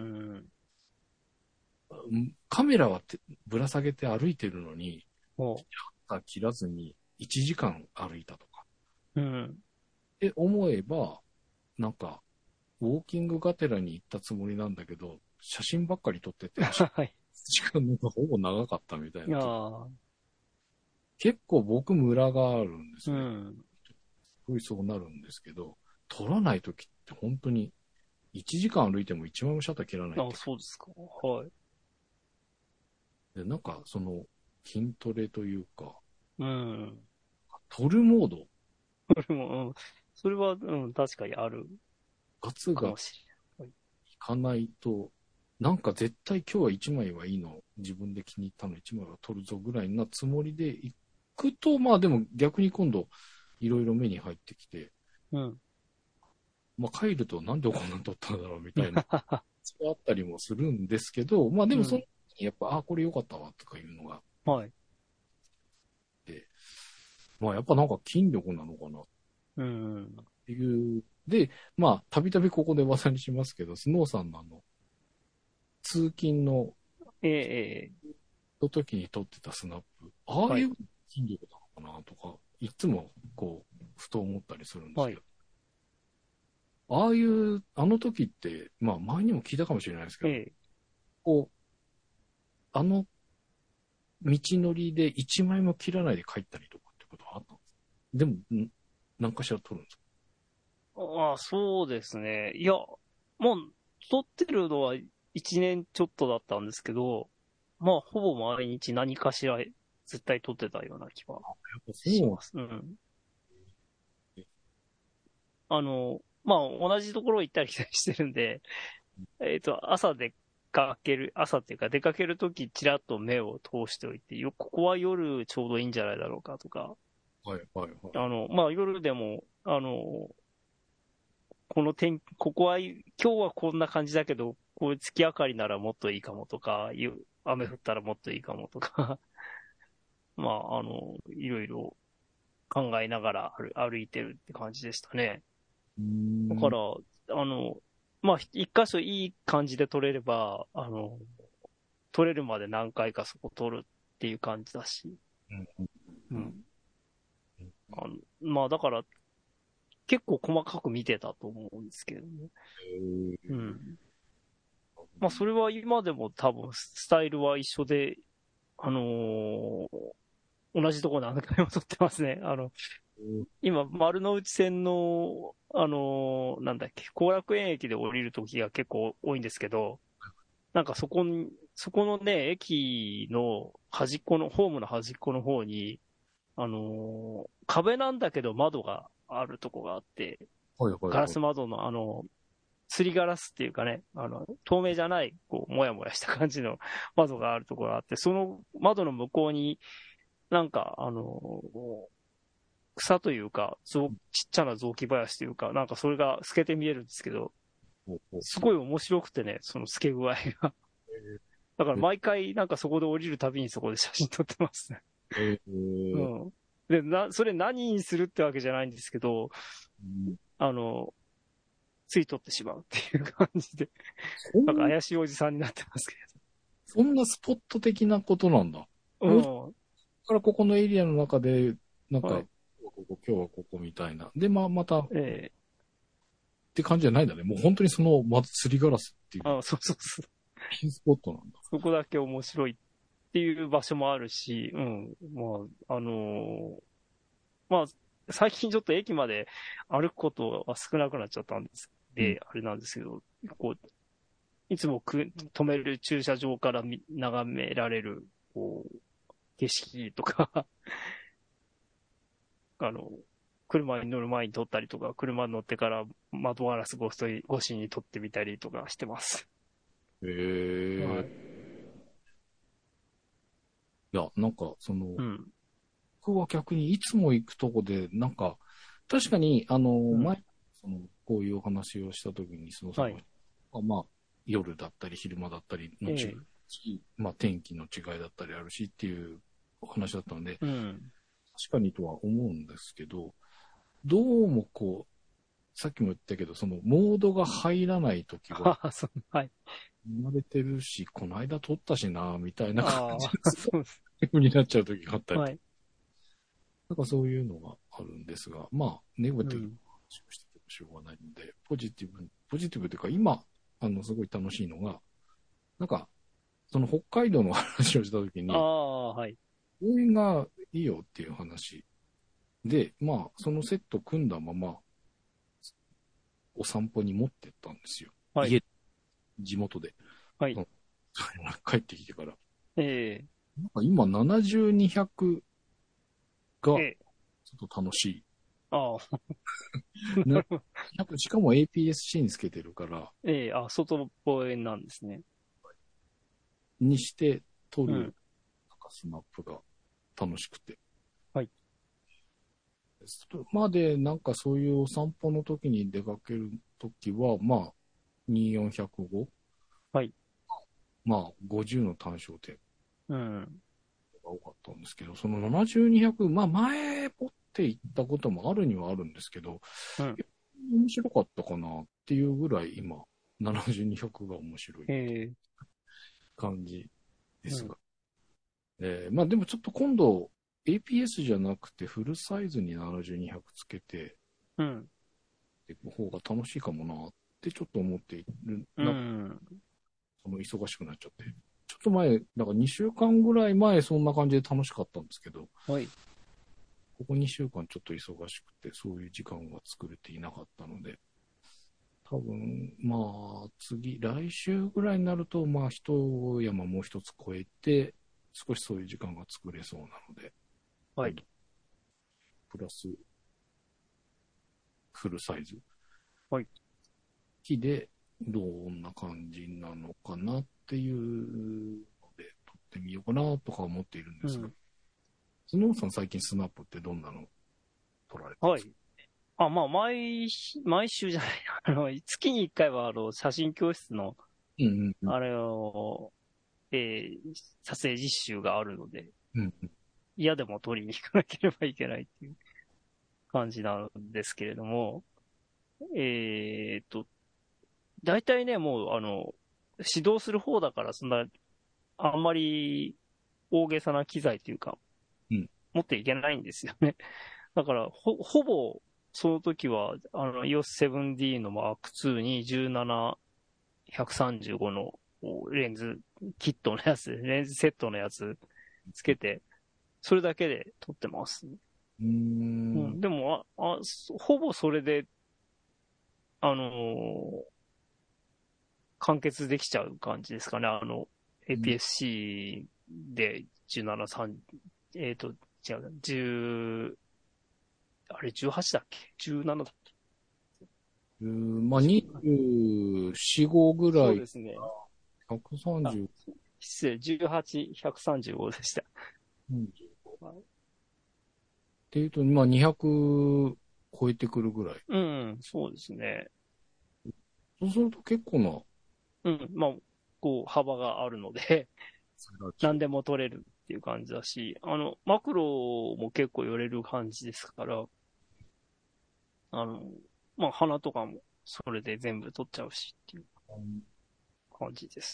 カメラはぶら下げて歩いてるのに、切らずに1時間歩いたとか。って思えば、なんか、ウォーキングがてらに行ったつもりなんだけど、写真ばっかり撮ってて、時間がほぼ長かったみたいな。結構僕ムラがあるんですね。すごいそうなるんですけど、撮らないときって本当に1時間歩いても1枚もシャッター切らないって。 そうですか。はい。 で、なんかその筋トレというか、 撮るモード。 それは、確かにある。 ガツがいかないと、なんか絶対今日は1枚はいいの、自分で気に入ったの1枚は取るぞぐらいなつもりで行くと、まあでも逆に今度いろいろ目に入ってきて、まあ帰るとなんでこんなに取ったんだろうみたいな、そうあったりもするんですけど、まあでもその時にやっぱ、これ良かったわとかいうのが、で、まあやっぱなんか筋力なのかなっていう、で、まあたびたびここで話題にしますけど、スノーさんの通勤の、の時に撮ってたスナップ、ああいう筋力なのかなとか、いつもこう、ふと思ったりするんですけど、あの時って、まあ前にも聞いたかもしれないですけど、こう、道のりで一枚も切らないで帰ったりとかってことはあったんですか？でも、何かしら撮るんですか？ そうですね。いや、もう、撮ってるのは1年ちょっとだったんですけど、まあ、ほぼ毎日何かしら絶対撮ってたような気はします。まあ、同じところ行ったり来たりしてるんで、朝っていうか出かけるときちらっと目を通しておいて、ここは夜ちょうどいいんじゃないだろうかとか、まあ夜でも、ここは、今日はこんな感じだけど、こういう月明かりならもっといいかもとか、雨降ったらもっといいかもとか、まあ、いろいろ考えながら歩いてるって感じでしたね。だから、まあ、一箇所いい感じで撮れれば、撮れるまで何回かそこ撮るっていう感じだし。まあ、だから、結構細かく見てたと思うんですけどね。まあ、それは今でも多分、スタイルは一緒で、同じところ何回も撮ってますね。今、丸の内線の、なんだっけ、後楽園駅で降りるときが結構多いんですけど、 なんかそこのね、駅の端っこの、ホームの端っこの方に、壁なんだけど窓があるとこがあって、 はいはいはい。 ガラス窓のすりガラスっていうかね、透明じゃない、こう、もやもやした感じの窓があるところがあって、その窓の向こうになんか、草というか、ちっちゃな雑木林というか、なんかそれが透けて見えるんですけど、 ほうほうすごい面白くてね、その透け具合が。だから毎回なんかそこで降りるたびにそこで写真撮ってますね。うん。で、それ何にするってわけじゃないんですけど、あの、つい撮ってしまうっていう感じで、なんか怪しいおじさんになってますけそんなスポット的なことなんだ。 ど。 からここのエリアの中で、なんか、 はい。 今日はここみたいな。で、また、っええて感じじゃないんだね。もう本当にその、まずすりガラスっていうそうそうそう。 ピンスポットなんだ。 そこだけ面白いっていう場所もあるし、うん。まあ、最近ちょっと駅まで歩くことは少なくなっちゃったんですうん。 で、あれなんですけど、こう、いつも止める駐車場から眺められる、こう、景色とかあの、車に乗る前に撮ったりとか、車に乗ってから窓ガラス越しに撮ってみたりとかしてます。 へえ。 はい。 いや、なんか、その、 うん。 僕は逆にいつも行くとこで、なんか、確かに、 うん。 前、こういうお話をしたときに、 はい。 まあ、夜だったり昼間だったりの違いええ。 し、まあ、天気の違いだったりあるしっていうお話だったので、 うん。 確かにとは思うんですけど、どうもこう、さっきも言ったけど、その、モードが入らないときは、 はい。 生まれてるし、この間撮ったしな、みたいな感じああ、 ですそうです。 になっちゃうときがあったりとか、 はい。 なんかそういうのがあるんですが、まあ、ネガティブなうん。 話をしててもしょうがないので、ポジティブというか、今、すごい楽しいのが、なんか、その北海道の話をしたときあに、 あ、はい。 応援がいいよっていう話で、まあ、そのセット組んだまま、お散歩に持ってったんですよ。 はい。 地元で。 はい。 うん帰ってきてから。 ええなんか今70、200がちょええっと楽しい。 ああ、ななるほど。 しかも APS-C につけてるから、 外望遠なんですね。 にして撮るうん。 なんかスナップが楽しくて。 はい。 までなんかそういうお散歩の時に出かける時は、まあ、2405、 はい。 まあ、50の単焦点うん。 が多かったんですけど、その70、200、まあ前持って行ったこともあるにはあるんですけど、 うん。 面白かったかなっていうぐらい今、70、200が面白いええ感じでうん。 すが。まあでもちょっと今度 APS じゃなくてフルサイズに70、200つけてうん。 いく方が楽しいかもなってちょっと思っているうん。 その忙しくなっちゃって。ちょっと前、だから2週間ぐらい前そんな感じで楽しかったんですけど、 はい。 ここ2週間ちょっと忙しくてそういう時間が作れていなかったので、多分、まあ、来週ぐらいになると、まあ、一山もう一つ超えて、少しそういう時間が作れそうなので、 はい。 プラスフルサイズはい。 機でどんな感じなのかなっていうので、撮ってみようかなとか思っているんですが、 うん。 スノーさん最近スナップってどんなの撮られてますか？ はい。まあ、毎週じゃないな。月に一回は、写真教室の、 うんうんうん。 あれを、撮影実習があるので、 うんうん。 嫌でも撮りに行かなければいけないっていう感じなんですけれども、えーっと、大体ね、もう、指導する方だから、そんな、あんまり大げさな機材というか、 うん。 持っていけないんですよね。だから、ほぼ、その時は、EOS7D の Mark II に17、135のレンズ、キットのやつ、レンズセットのやつつけて、それだけで撮ってます。 うーん。 うん、でも、ほぼそれで、あのー完結できちゃう感じですかね。APS-C で17、3、違う、10、あれ18だっけ ?17 だっけ。 まあ、24、5ぐらい。 そうですね。 130。 失礼、18、135でした。 っていうと、まあ、200超えてくるぐらい。 うん、そうですね。 そうすると結構な。 うん、まあ、幅があるので、何でも取れるっていう感じだし、マクロも結構寄れる感じですから、まあ、花とかもそれで全部取っちゃうしっていう感じです。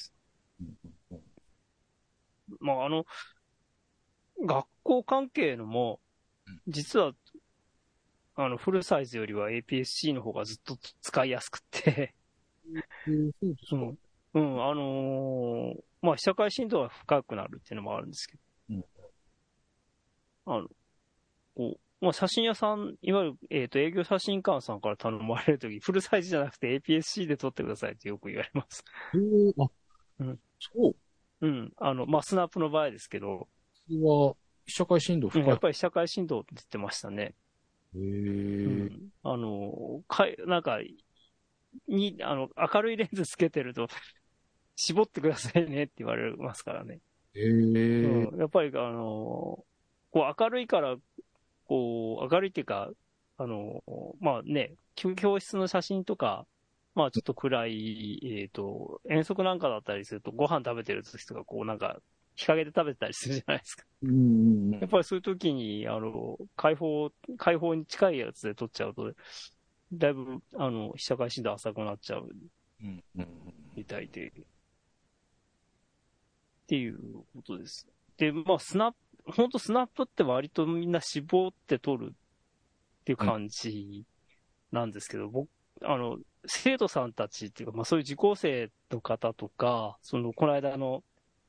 まあ、学校関係のも、実は、フルサイズよりは APS-C の方がずっと使いやすくてそうですか。 うん、まあ、被写界深度が深くなるっていうのもあるんですけど、まあ、写真屋さん、いわゆる、営業写真館さんから頼まれるとき、フルサイズじゃなくて APS-C で撮ってくださいってよく言われます。 あ、 うん。 そう。 うん。まあ、スナップの場合ですけど。 それは、被写界深度深い。 やっぱり被写界深度って言ってましたね。 へえ。 なんか、明るいレンズつけてると、絞ってくださいねって言われますからね。 へえ。 やっぱり、明るいから、明るいっていうか、まあね、教室の写真とか、まあちょっと暗い、遠足なんかだったりすると、ご飯食べてる時とか、なんか、日陰で食べてたりするじゃないですか。やっぱりそういう時に、開放に近いやつで撮っちゃうと、だいぶ、被写界深度浅くなっちゃうみたいで、っていうことです。で、まあほんとスナップって割とみんな絞って撮るっていう感じなんですけど、生徒さんたちっていうか、まあそういう受講生の方とか、この間の、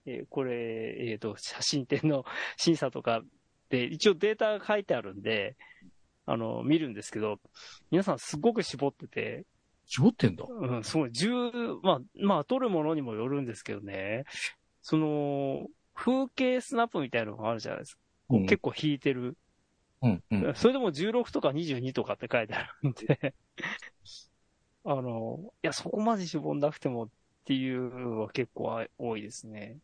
写真展の審査とかで、一応データが書いてあるんで、見るんですけど、皆さんすごく絞ってて、 絞ってんだ。 うん、すごい、まあ、撮るものにもよるんですけどね、風景スナップみたいなのがあるじゃないですか。結構引いてる。それでも16とか22とかって書いてあるんでいや、そこまで絞んなくてもっていうのは結構多いですね。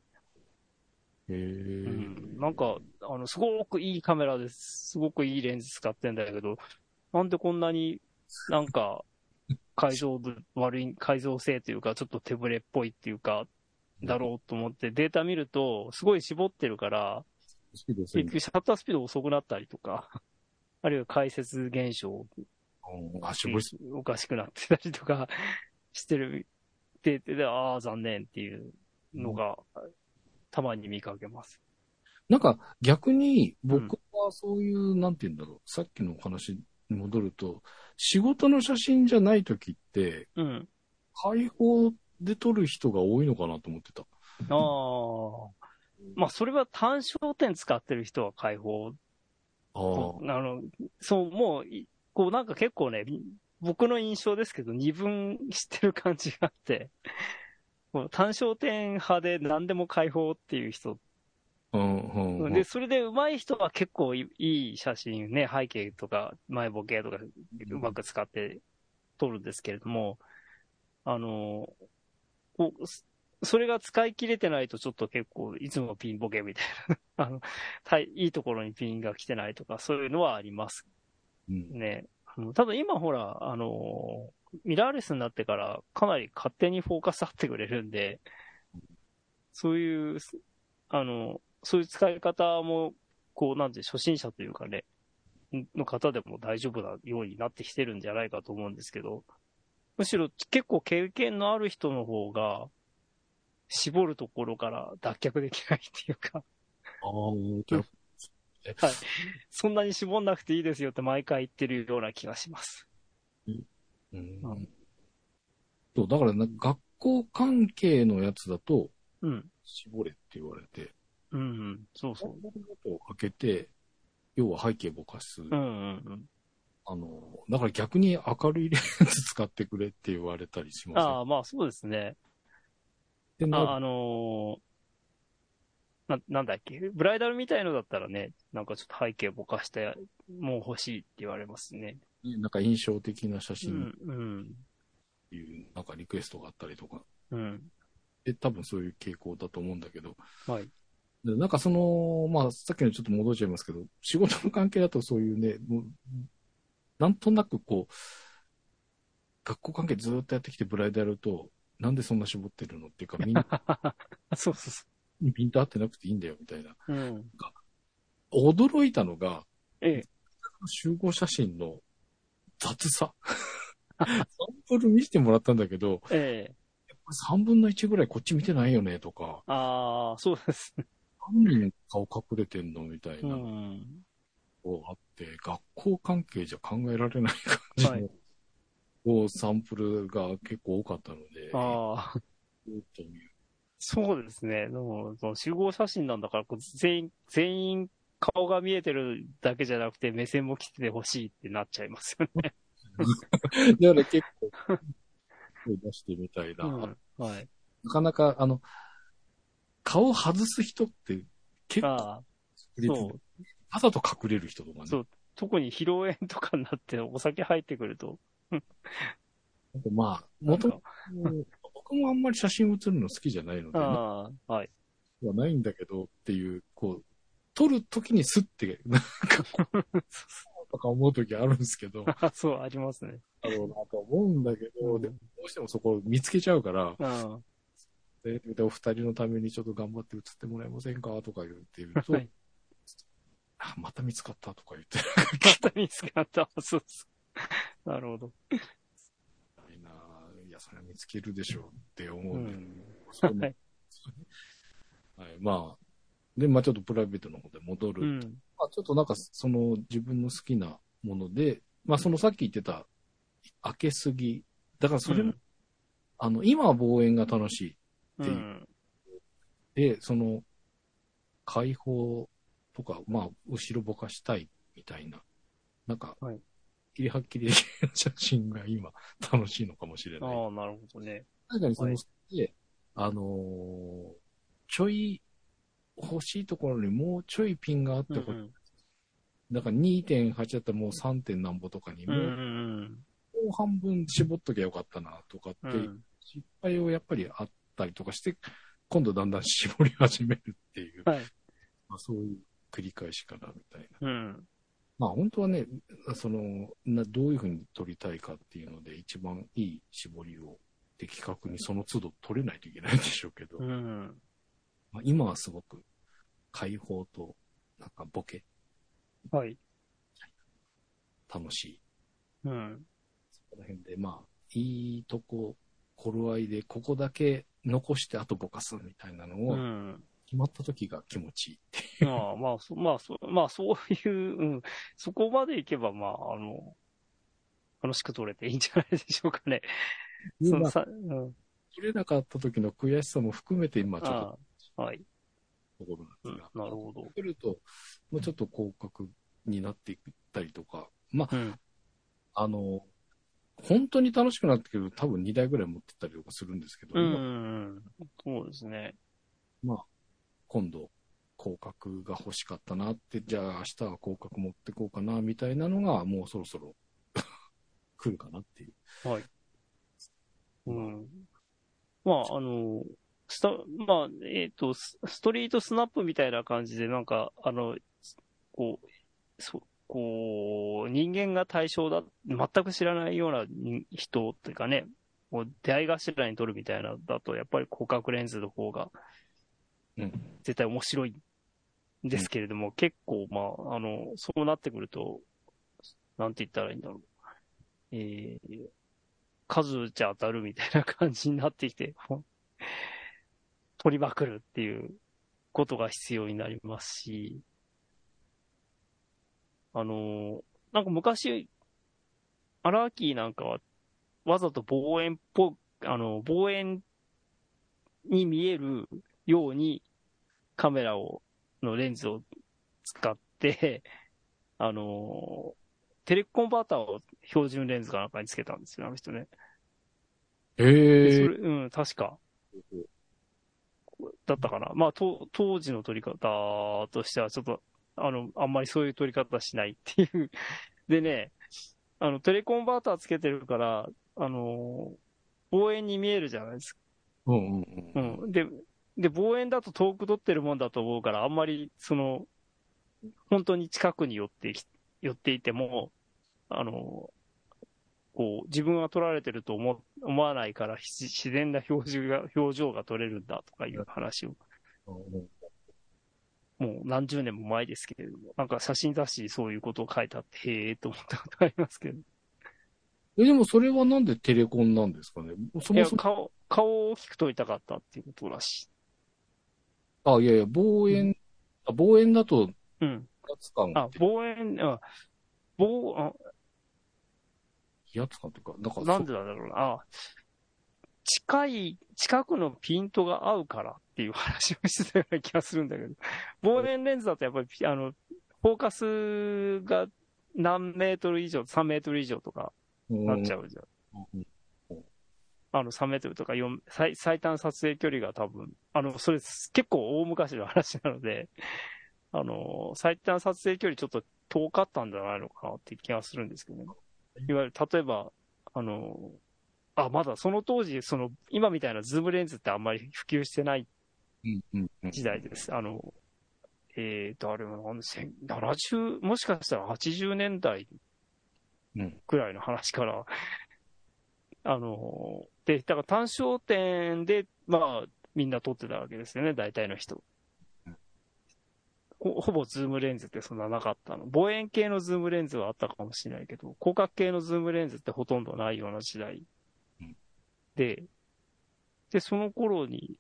なんか、すごくいいカメラです。すごくいいレンズ使ってんだけど、なんでこんなになんか解像性というか、ちょっと手ぶれっぽいっていうか、だろうと思ってデータ見ると、すごい絞ってるから、結局シャッタースピード遅くなったりとか、あるいは解説現象おかしくなってたりとかしてる。で、残念っていうのが、たまに見かけます。 なんか逆に僕はそういう、なんて言うんだろう、さっきのお話に戻ると、仕事の写真じゃない時って、開放で撮る人が多いのかなと思ってた。 まあそれは単焦点使ってる人は開放。もう、なんか結構ね、僕の印象ですけど、二分してる感じがあって、もう単焦点派で何でも開放っていう人。で、それで上手い人は結構いい写真ね、背景とか前ボケとかうまく使って撮るんですけれども、それが使い切れてないとちょっと結構いつもピンボケみたいな、いいところにピンが来てないとかそういうのはありますね。ただ今ほら、ミラーレスになってからかなり勝手にフォーカス合ってくれるんで、そういう使い方も、なんて初心者というかね、の方でも大丈夫なようになってきてるんじゃないかと思うんですけど、むしろ結構経験のある人の方が、絞るところから脱却できないっていうかはい。そんなに絞んなくていいですよって毎回言ってるような気がします。 そう、だから学校関係のやつだと、絞れって言われて、 そうそう。 をかけて、要は背景ぼかす。だから逆に明るいレンズ使ってくれって言われたりしますね。 まあそうですね。 で、 なんだっけ、ブライダルみたいのだったらね、なんかちょっと背景ぼかしてもう欲しいって言われますね。 なんか印象的な写う真ん、うん、 っていう、なんかリクエストがあったりとか。 うん。 で、多分そういう傾向だと思うんだけど。 はい。 でなんかまあ、さっきのちょっと戻っちゃいますけど、仕事の関係だとそういうね、もうなんとなくこう、学校関係ずっとやってきてブライダルと、なんでそんな絞ってるのっていうか、みんな、 そうそうそピント合ってなくていいんだよ、みたいな。 う。うん。 驚いたのが、 ええ。 集合写真の雑さ。サンプル見せてもらったんだけど、 ええ。 3分の1ぐらいこっち見てないよね、とか、 ああ、そうですね。 何人顔隠れてんのみたいな、 うん。 あって、学校関係じゃ考えられない感じはい。 の、サンプルが結構多かったので、 ああ、 という。 そうですね。でも、その集合写真なんだから、こう全員顔が見えてるだけじゃなくて、目線も来ててほしいってなっちゃいますよね。 だから結構、声出してみたいな。 うん。はい。 なかなか、顔外す人って結構ああ、 確率で、 そう。 わざと隠れる人とかね。 そう。特に披露宴とかになってお酒入ってくると、 なんかまあ、 なんか、 僕もあんまり写真写るの好きじゃないので、 ああ、はい。 はないんだけどっていう、こう、撮るときにスッて、なんかこう、とか思うときあるんですけど、 そう、ありますね。 だろうなと思うんだけど、 うん。 でもどうしてもそこを見つけちゃうから、 あでお二人のためにちょっと頑張って写ってもらえませんかとか言うあ、 と、 はい。 あ、また見つかったとか言って、 また見つかった。そうそう。なるほど。 いや、それは見つけるでしょうって思うんで、 うん。 そうねはい。 はい、まあ、で、まあちょっとプライベートの方で戻ると、 うん。 まあちょっとなんか自分の好きなもので、まあさっき言ってた開けすぎ、だからそれも、 うん。 今は望遠が楽しいっていう。 うん。 で、開放とか、まあ後ろぼかしたいみたいな、なんか、 はい。 切りはっきりできる写真が今楽しいのかもしれない。 ああ、なるほどね。 確かにはい。 で、ちょい欲しいところにもうちょいピンがあってほしい。 うん。 だから 2.8 だったらもう 3. 点何歩とかにうん。 もう、 うん。 もう半分絞っときゃよかったなとかって、 うん。 失敗をやっぱりあったりとかして、今度だんだん絞り始めるっていう、 はい。 まあ、そういう繰り返しかなみたいな。 うん。 まあ本当はね、どういうふうに取りたいかっていうので、一番いい絞りを的確にその都度取れないといけないんでしょうけど、 うん。 まあ、今はすごく開放と、なんかボケ、 はい。 楽しい。 うん。 そこら辺で、まあ、いいとこ、頃合いで、ここだけ残してあとぼかすみたいなのうを、 ん。 決まった時が気持ちいいっていう。 ああ、まあ、そういう、うん。そこまでいけば、まあ、楽しく撮れていいんじゃないでしょうかね。 まあ、 うん。 取れなかった時の悔しさも含めて、今ちょっと、 ああ、はい。 ところなんうん。 ですが、 なるほど。 来ると、もうちょっと広角になっていったりとか、まうん。 あ、本当に楽しくなってくると多分2台ぐらい持ってったりとかするんですけど、 うん。そうですね。 まあ、今度、広角が欲しかったなって、じゃあ明日は広角持ってこうかな、みたいなのが、もうそろそろ来るかなっていう。 はい。うん。まあ、まあ、ストリートスナップみたいな感じで、なんか、こう、人間が対象だ、全く知らないような人っていうかね、もう出会い頭に撮るみたいなだと、やっぱり広角レンズの方がうん。 絶対面白いんですけれども、結構、まあ、そうなってくると、なんて言ったらいいんだろう。数じゃ当たるみたいな感じになってきて、撮りまくるっていうことが必要になりますし、なんか昔、アラーキーなんかはわざと望遠に見えるようにカメラのレンズを使って、あの、テレコンバーターを標準レンズかなんかにつけたんですよ、あの人ね。で、 へえ。 うん、確か。 だったかな。まあ、当時の撮り方としては、ちょっと、あんまりそういう撮り方しないっていう。でね、テレコンバーターつけてるから、望遠に見えるじゃないですか。 うんうんうん。 うん。で、望遠だと遠く撮ってるもんだと思うから、あんまり、本当に近くに寄っていても、自分は撮られてると思わないから自然な表情が撮れるんだとかいう話を、もう何十年も前ですけれども、なんか写真雑誌にそういうことを書いてあって、へえーと思ったことありますけど。 でもそれはなんでテレコンなんですかね。そいや、 もそも、 顔を大きく撮りたかったっていうことらしいやいや、 い。うん。 望遠だと、 うん。 威圧感っあ、 て、 望遠、あ、望、あ、 威圧感というか、なんかなんでだろうな。近くのピントが合うからっていう話をしてたような気がするんだけど、望遠レンズだとやっぱり、フォーカスが何メートル以上、3メートル以上とかなっちゃうじゃん。3メートルとか最短撮影距離が多分、それ結構大昔の話なので、最短撮影距離ちょっと遠かったんじゃないのかなっていう気がするんですけどね。いわゆる、例えば、まだその当時、今みたいなズームレンズってあんまり普及してないうんうんうん。 時代です。あれは70、もしかしたら80年代うん。 くらいの話から、で、だから単焦点で、まあ、みんな撮ってたわけですよね、大体の人。ほぼズームレンズってそんななかったの。望遠系のズームレンズはあったかもしれないけど、広角系のズームレンズってほとんどないような時代で、その頃に、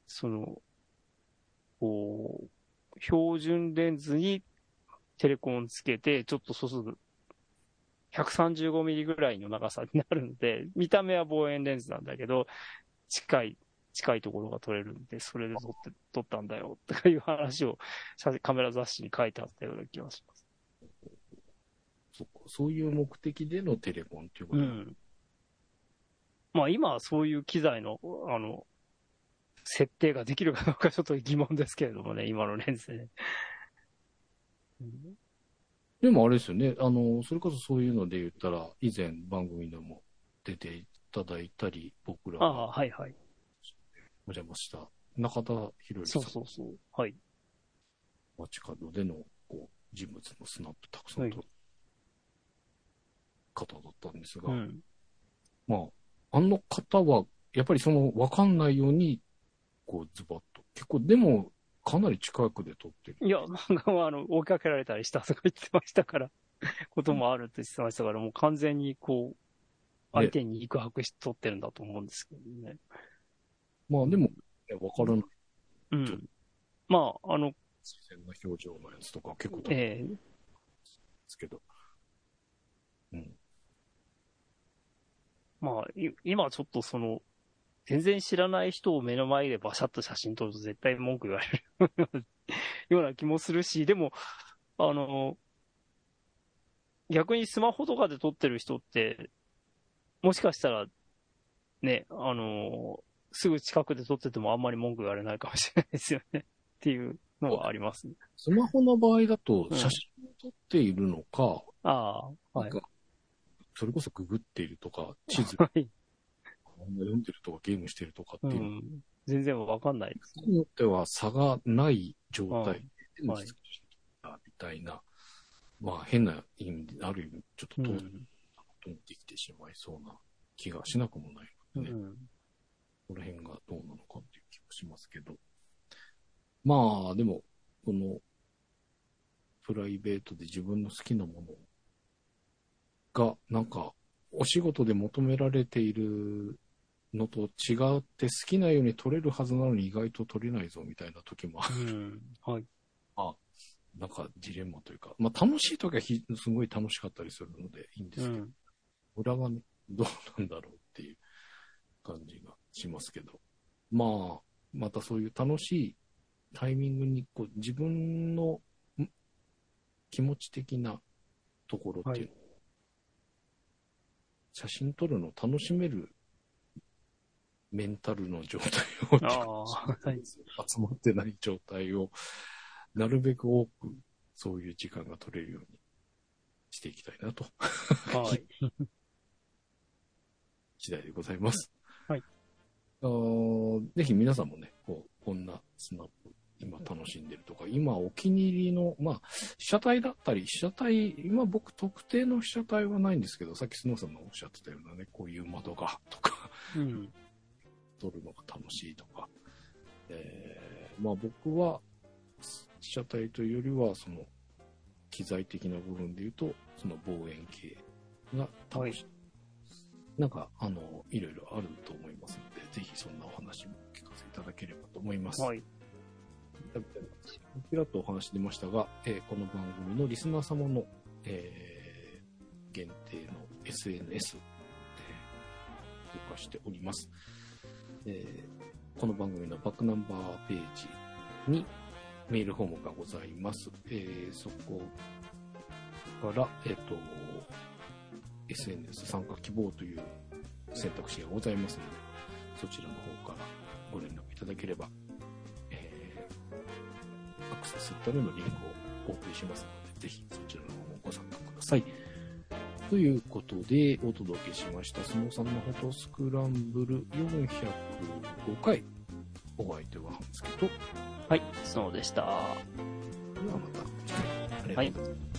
標準レンズにテレコンつけて、ちょっとそうすると135ミリぐらいの長さになるので、見た目は望遠レンズなんだけど、近いところが撮れるんで、それで撮ったんだよ、とかいう話をカメラ雑誌に書いてあったような気がします。 そういう目的でのテレコンっていうことなん。 うん。まあ今はそういう機材の、設定ができるかどうかちょっと疑問ですけれどもね、今のレンズでね。 でもあれですよね。それこそそういうので言ったら、以前番組でも出ていただいたり、僕らがはいはい。 お邪魔した中田博之そうさん、 そうそう。はい。 街角での人物のスナップたくさはい。 ん撮る方だったんですが、 うん。 まあ、あの方は、やっぱりわかんないように、ズバッと。結構、でも、かなり近くで撮ってる。 いや、漫画は追いかけられたりしたとか言ってましたから、こともあるって言ってましたから、もう完全に相ね。 手に肉薄して撮ってるんだと思うんですけどね。 まあ、でも、ね、わからない。 うん。まあ、 自然な表情のやつとか結構撮ってるんええですけど。うん。 まあ、今ちょっと全然知らない人を目の前でバシャッと写真撮ると絶対文句言われるような気もするし、でも、あの、逆にスマホとかで撮ってる人って、もしかしたらね、すぐ近くで撮っててもあんまり文句言われないかもしれないですよね。っていうのはありますね。 スマホの場合だと、 うん。 写真を撮っているのか、 ああ、はい。 なんか、それこそググっているとか、地図はい。 読んでるとか、ゲームしてるとかっていうのうん。全然わかんないですね。 によっては差がない状態でうん。はい。 見つけたみたいな、まあ変な意味で、ある意味、ちょっとうん。 飛んできてしまいそうな気がしなくもないのでね、 うん。 この辺がどうなのかっていう気もしますけど。まあ、でも、この、プライベートで自分の好きなものが、なんか、お仕事で求められているのと違って好きなように撮れるはずなのに意外と撮れないぞみたいな時もうん。はい。 まあ、なんかジレンマというか、まあ楽しい時はすごい楽しかったりするのでいいんですけど、 うん。 裏がね、どうなんだろうっていう感じがしますけど、まあ、またそういう楽しいタイミングに自分の気持ち的なところっはい。 ていうの、写真撮るのを楽しめるメンタルの状態を、 はい、 集まってない状態を、なるべく多く、そういう時間が取れるようにしていきたいなと。はい。次第でございます。 はい。 ぜひ皆さんもね、こんなスナップ、今楽しんでるとか、今お気に入りの、被写体だったり、被写体、今僕特定の被写体はないんですけど、さっきスノーさんのおっしゃってたようなね、こういう窓がとか、撮るのが楽しいとか、僕は、被写体というよりは、その、機材的な部分で言うと、その望遠鏡が楽しい。なんか、いろいろあると思いますので、ぜひそんなお話もお聞かせいただければと思います。はい。ちらっとお話出ましたが、この番組のリスナー様の、限定の SNS、動かしております。この番組のバックナンバーページにメールフォームがございます。そこから、SNS 参加希望という選択肢がございますので、そちらの方からご連絡いただければ、アクセスするためのリンクをお送りしますので、ぜひそちらの方もご参加ください。ということで、お届けしました、スノーさんのフォトスクランブル405回。お相手は半助と、 はい、そうでした。ではまた次回、ありがとうございます。はい。